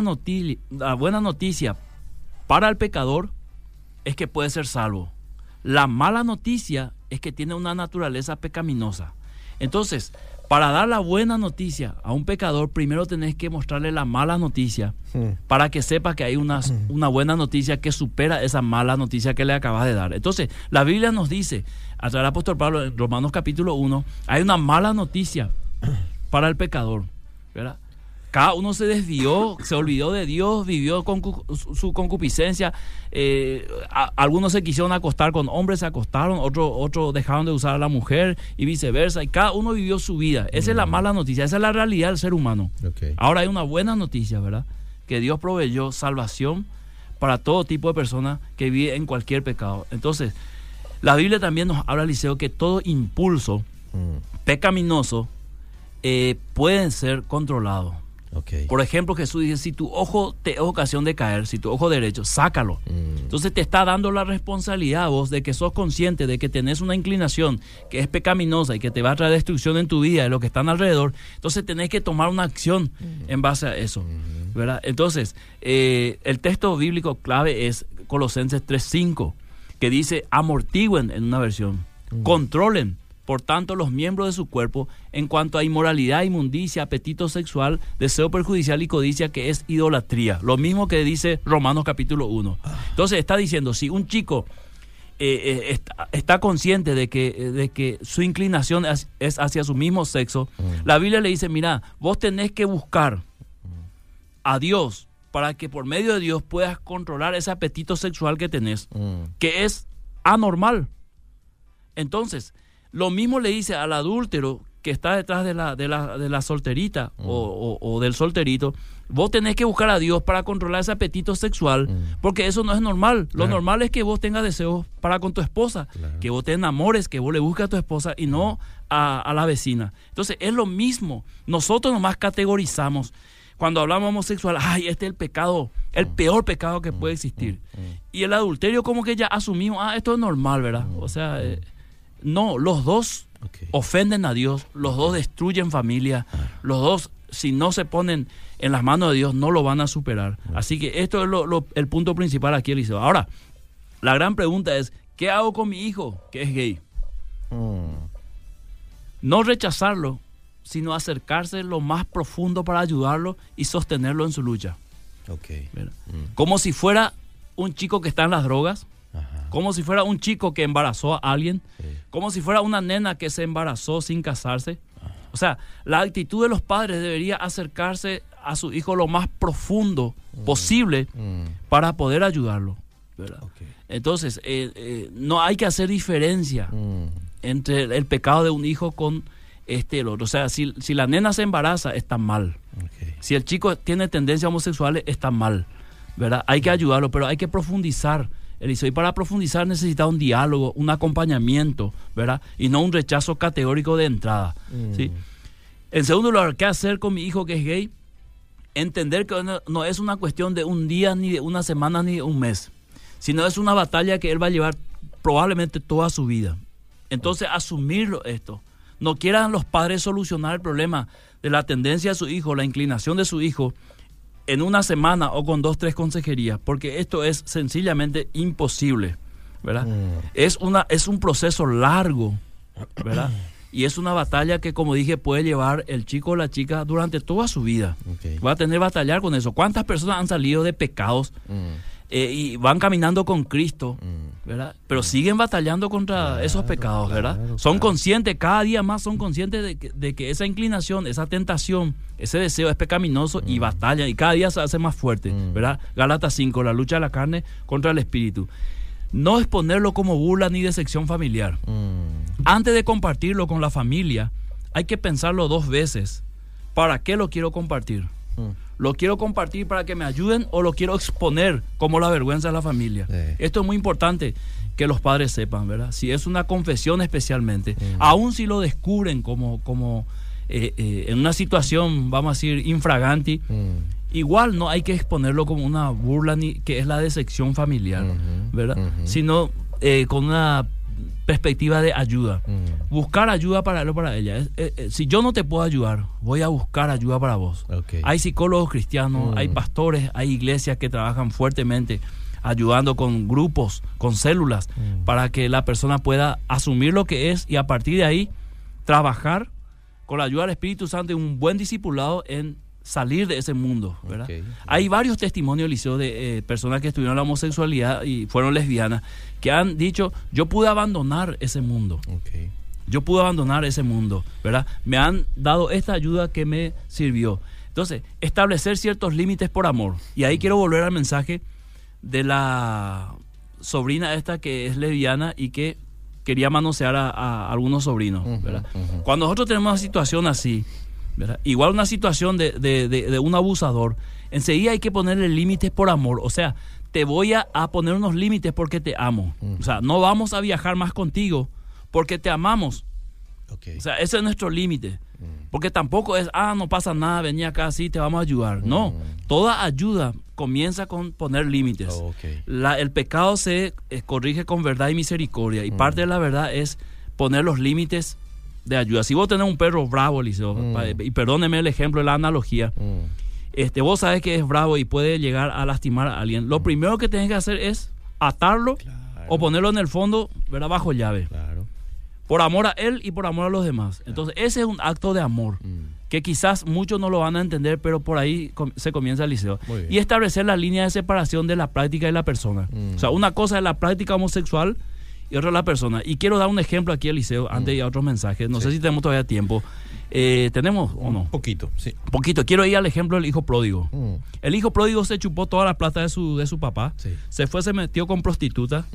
Speaker 2: noticia para el pecador es que puede ser salvo. La mala noticia es que tiene una naturaleza pecaminosa. Entonces, para dar la buena noticia a un pecador, primero tenés que mostrarle la mala noticia, para que sepa que hay una buena noticia que supera esa mala noticia que le acabas de dar. Entonces, la Biblia nos dice, a través del apóstol Pablo, en Romanos capítulo 1, hay una mala noticia para el pecador, ¿verdad? Cada uno se desvió, se olvidó de Dios, vivió con su concupiscencia. Algunos se quisieron acostar con hombres, se acostaron, otros dejaron de usar a la mujer y viceversa. Y cada uno vivió su vida. Esa es la mala noticia, esa es la realidad del ser humano.
Speaker 1: Okay.
Speaker 2: Ahora hay una buena noticia, ¿verdad? Que Dios proveyó salvación para todo tipo de personas que viven en cualquier pecado. Entonces, la Biblia también nos habla, Eliseo, que todo impulso pecaminoso pueden ser controlados.
Speaker 1: Okay.
Speaker 2: Por ejemplo, Jesús dice, si tu ojo te es ocasión de caer, si tu ojo derecho, sácalo. Entonces te está dando la responsabilidad a vos de que sos consciente de que tenés una inclinación que es pecaminosa y que te va a traer destrucción en tu vida, de lo que están alrededor. Entonces tenés que tomar una acción en base a eso, ¿verdad? Entonces, el texto bíblico clave es Colosenses 3:5, que dice, amortigüen en una versión, controlen por tanto los miembros de su cuerpo en cuanto a inmoralidad, inmundicia, apetito sexual, deseo perjudicial y codicia, que es idolatría. Lo mismo que dice Romanos capítulo 1. Entonces está diciendo, si un chico está consciente de que su inclinación es hacia su mismo sexo, la Biblia le dice, mira, vos tenés que buscar a Dios para que por medio de Dios puedas controlar ese apetito sexual que tenés, que es anormal. Entonces, lo mismo le dice al adúltero que está detrás de la solterita o del solterito, vos tenés que buscar a Dios para controlar ese apetito sexual, porque eso no es normal. Lo normal es que vos tengas deseos para con tu esposa, que vos te enamores, que vos le busques a tu esposa y no a la vecina. Entonces es lo mismo. Nosotros nomás categorizamos. Cuando hablamos homosexual, ay, este es el pecado, el peor pecado que puede existir. Y el adulterio como que ya asumimos, esto es normal, ¿verdad? O sea, no, los dos ofenden a Dios, los dos destruyen familia, los dos, si no se ponen en las manos de Dios, no lo van a superar. Así que esto es el punto principal aquí, Eliseo. Ahora, la gran pregunta es, ¿qué hago con mi hijo que es gay? No rechazarlo, sino acercarse lo más profundo para ayudarlo y sostenerlo en su lucha. Como si fuera un chico que está en las drogas, como si fuera un chico que embarazó a alguien, como si fuera una nena que se embarazó sin casarse. O sea, la actitud de los padres debería acercarse a su hijo lo más profundo posible para poder ayudarlo, ¿verdad? Entonces, no hay que hacer diferencia entre el pecado de un hijo con el otro. O sea, si la nena se embaraza, está mal. Si el chico tiene tendencias homosexuales, está mal, ¿verdad? Hay que ayudarlo, pero hay que profundizar, Eliseo. Y para profundizar necesita un diálogo, un acompañamiento, ¿verdad? Y no un rechazo categórico de entrada, ¿sí? En segundo lugar, ¿qué hacer con mi hijo que es gay? Entender que no es una cuestión de un día, ni de una semana, ni de un mes, sino es una batalla que él va a llevar probablemente toda su vida. Entonces, asumirlo esto. No quieran los padres solucionar el problema de la tendencia de su hijo, la inclinación de su hijo, en una semana o con 2, 3 consejerías, porque esto es sencillamente imposible, ¿verdad? Es un proceso largo, ¿verdad? Y es una batalla que, como dije, puede llevar el chico o la chica durante toda su vida. Va a tener que batallar con eso. ¿Cuántas personas han salido de pecados y van caminando con Cristo, ¿verdad? Pero siguen batallando contra esos pecados, ¿verdad? Son conscientes, cada día más son conscientes de que esa inclinación, esa tentación, ese deseo es pecaminoso y batallan, y cada día se hace más fuerte, ¿verdad? Gálatas 5, la lucha de la carne contra el espíritu. No exponerlo como burla ni decepción familiar. Antes de compartirlo con la familia, hay que pensarlo 2 veces. ¿Para qué lo quiero compartir? ¿Lo quiero compartir para que me ayuden o lo quiero exponer como la vergüenza de la familia? Esto es muy importante que los padres sepan, ¿verdad? Si es una confesión especialmente, aun si lo descubren como en una situación, vamos a decir, infraganti, igual no hay que exponerlo como una burla, ni que es la decepción familiar, ¿verdad? Sino con una perspectiva de ayuda. Buscar ayuda para él o para ella. Si yo no te puedo ayudar, voy a buscar ayuda para vos. Hay psicólogos cristianos, hay pastores, hay iglesias que trabajan fuertemente ayudando con grupos, con células, para que la persona pueda asumir lo que es y a partir de ahí trabajar con la ayuda del Espíritu Santo y un buen discipulado en salir de ese mundo, ¿verdad? Hay varios testimonios, Eliseo, de personas que estuvieron en la homosexualidad y fueron lesbianas, que han dicho, yo pude abandonar ese mundo. Yo pude abandonar ese mundo, ¿verdad? Me han dado esta ayuda que me sirvió. Entonces, establecer ciertos límites por amor. Y ahí quiero volver al mensaje de la sobrina esta que es lesbiana y que quería manosear a algunos sobrinos, ¿verdad? Cuando nosotros tenemos una situación así, ¿verdad? Igual una situación de un abusador, enseguida hay que ponerle límites por amor. O sea, te voy a poner unos límites porque te amo. O sea, no vamos a viajar más contigo porque te amamos. O sea, ese es nuestro límite. Porque tampoco es, no pasa nada, vení acá, sí, te vamos a ayudar. No, toda ayuda comienza con poner límites. El pecado se corrige con verdad y misericordia. Y parte de la verdad es poner los límites de ayuda. Si vos tenés un perro bravo, Eliseo, y perdóneme el ejemplo de la analogía, vos sabés que es bravo y puede llegar a lastimar a alguien. Lo primero que tenés que hacer es atarlo o ponerlo en el fondo, ¿verdad? Bajo llave. Por amor a él y por amor a los demás. Entonces, ese es un acto de amor que quizás muchos no lo van a entender, pero por ahí se comienza el liceo. Y establecer la línea de separación de la práctica y la persona. O sea, una cosa es la práctica homosexual y otra es la persona. Y quiero dar un ejemplo aquí, Eliseo, antes de ir a otros mensajes. No sé si tenemos todavía tiempo. ¿Tenemos o no?
Speaker 1: Poquito, sí.
Speaker 2: Poquito. Quiero ir al ejemplo del hijo pródigo. El hijo pródigo se chupó toda la plata de su papá. Se fue, se metió con prostituta.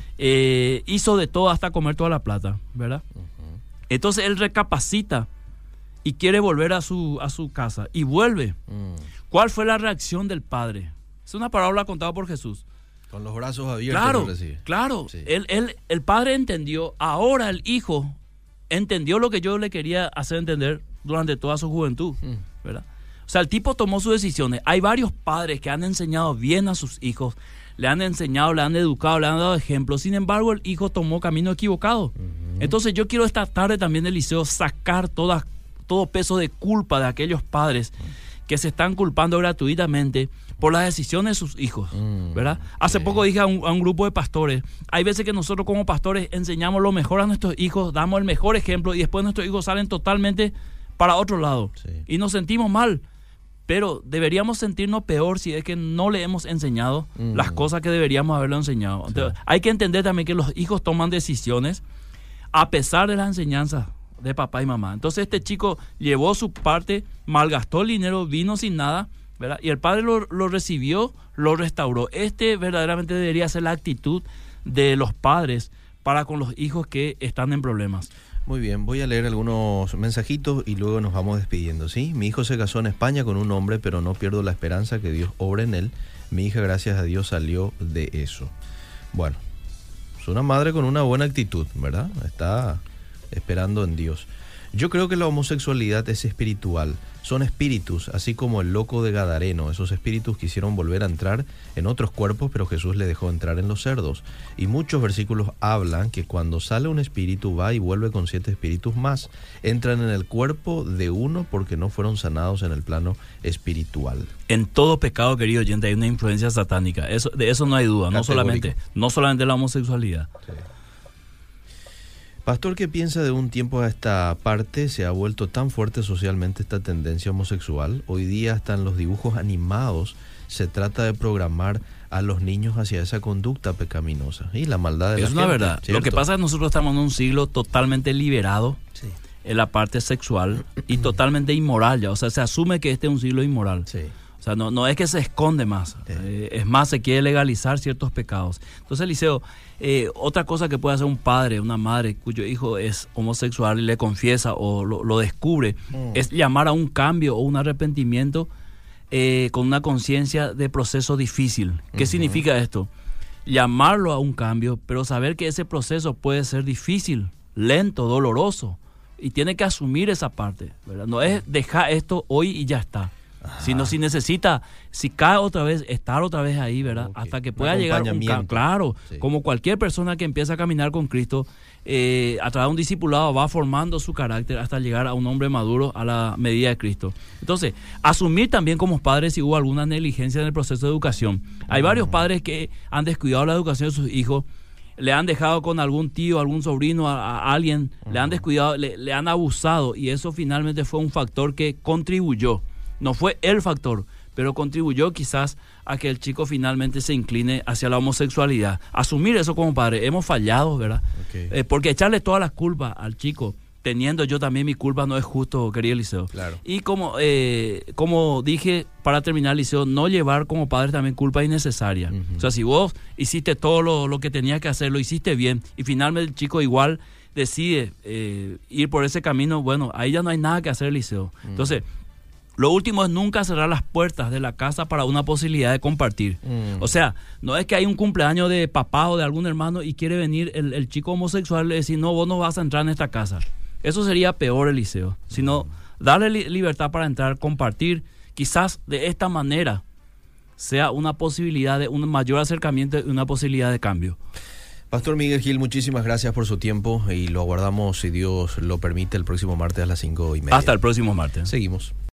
Speaker 2: Hizo de todo hasta comer toda la plata, ¿verdad? Entonces él recapacita y quiere volver a su casa. Y vuelve. ¿Cuál fue la reacción del padre? Es una parábola contada por Jesús.
Speaker 1: Con los brazos abiertos.
Speaker 2: Claro. Sí. El padre entendió. Ahora el hijo entendió lo que yo le quería hacer entender durante toda su juventud, ¿verdad? O sea, el tipo tomó sus decisiones. Hay varios padres que han enseñado bien a sus hijos, le han enseñado, le han educado, le han dado ejemplos. Sin embargo, el hijo tomó camino equivocado. Entonces yo quiero esta tarde también, Eliseo, sacar todo peso de culpa de aquellos padres que se están culpando gratuitamente por las decisiones de sus hijos, ¿verdad? Hace poco dije a un grupo de pastores, hay veces que nosotros como pastores enseñamos lo mejor a nuestros hijos, damos el mejor ejemplo y después nuestros hijos salen totalmente para otro lado. Y nos sentimos mal, pero deberíamos sentirnos peor si es que no le hemos enseñado las cosas que deberíamos haberle enseñado. Entonces, hay que entender también que los hijos toman decisiones a pesar de las enseñanzas de papá y mamá. Entonces este chico llevó su parte, malgastó el dinero, vino sin nada, ¿verdad? Y el padre lo recibió, lo restauró. Verdaderamente debería ser la actitud de los padres para con los hijos que están en problemas.
Speaker 1: Muy bien, voy a leer algunos mensajitos y luego nos vamos despidiendo, ¿sí? Mi hijo se casó en España con un hombre, pero no pierdo la esperanza que Dios obre en él. Mi hija, gracias a Dios, salió de eso. Bueno, es una madre con una buena actitud, ¿verdad? Está esperando en Dios. Yo creo que la homosexualidad es espiritual. Son espíritus, así como el loco de Gadareno. Esos espíritus quisieron volver a entrar en otros cuerpos, pero Jesús le dejó entrar en los cerdos. Y muchos versículos hablan que cuando sale un espíritu va y vuelve con 7 espíritus más. Entran en el cuerpo de uno porque no fueron sanados en el plano espiritual.
Speaker 2: En todo pecado, querido oyente, hay una influencia satánica. De eso no hay duda. No solamente la homosexualidad.
Speaker 1: Sí. Pastor, ¿qué piensa de un tiempo a esta parte? Se ha vuelto tan fuerte socialmente esta tendencia homosexual. Hoy día hasta en los dibujos animados se trata de programar a los niños hacia esa conducta pecaminosa. Y la maldad de la gente.
Speaker 2: Es una verdad.
Speaker 1: ¿Cierto?
Speaker 2: Lo que pasa es que nosotros estamos en un siglo totalmente liberado en la parte sexual y totalmente inmoral ya. O sea, se asume que este es un siglo inmoral. O sea, no es que se esconde más. Es más, se quiere legalizar ciertos pecados. Entonces, Eliseo, otra cosa que puede hacer un padre, una madre cuyo hijo es homosexual y le confiesa o lo descubre, es llamar a un cambio o un arrepentimiento con una conciencia de proceso difícil. ¿Qué significa esto? Llamarlo a un cambio, pero saber que ese proceso puede ser difícil, lento, doloroso, y tiene que asumir esa parte, ¿verdad? No es dejar esto hoy y ya está. Sino si necesita, si cae otra vez, estar otra vez ahí, ¿verdad? Hasta que pueda llegar un cambio. Claro, como cualquier persona que empieza a caminar con Cristo, a través de un discipulado va formando su carácter hasta llegar a un hombre maduro a la medida de Cristo. Entonces, asumir también como padres si hubo alguna negligencia en el proceso de educación. Hay varios padres que han descuidado la educación de sus hijos, le han dejado con algún tío, algún sobrino, a alguien, le han descuidado, le han abusado, y eso finalmente fue un factor que contribuyó. No fue el factor, pero contribuyó quizás a que el chico finalmente se incline hacia la homosexualidad. Asumir eso como padre, hemos fallado, ¿verdad? Porque echarle todas las culpas al chico teniendo yo también mi culpa, no es justo, querido Eliseo.
Speaker 1: Claro.
Speaker 2: Y como dije, para terminar, Eliseo, no llevar como padre también culpa innecesaria. O sea, si vos hiciste todo lo que tenías que hacer, lo hiciste bien, y finalmente el chico igual decide ir por ese camino, bueno, ahí ya no hay nada que hacer, Eliseo. Entonces, lo último es nunca cerrar las puertas de la casa para una posibilidad de compartir. O sea, no es que hay un cumpleaños de papá o de algún hermano y quiere venir el chico homosexual y decir, no, vos no vas a entrar en esta casa. Eso sería peor, Eliseo. Sino darle libertad para entrar, compartir. Quizás de esta manera sea una posibilidad de un mayor acercamiento y una posibilidad de cambio.
Speaker 1: Pastor Miguel Gil, muchísimas gracias por su tiempo y lo aguardamos, si Dios lo permite, el próximo martes a las 5:30.
Speaker 2: Hasta el próximo martes.
Speaker 1: Seguimos.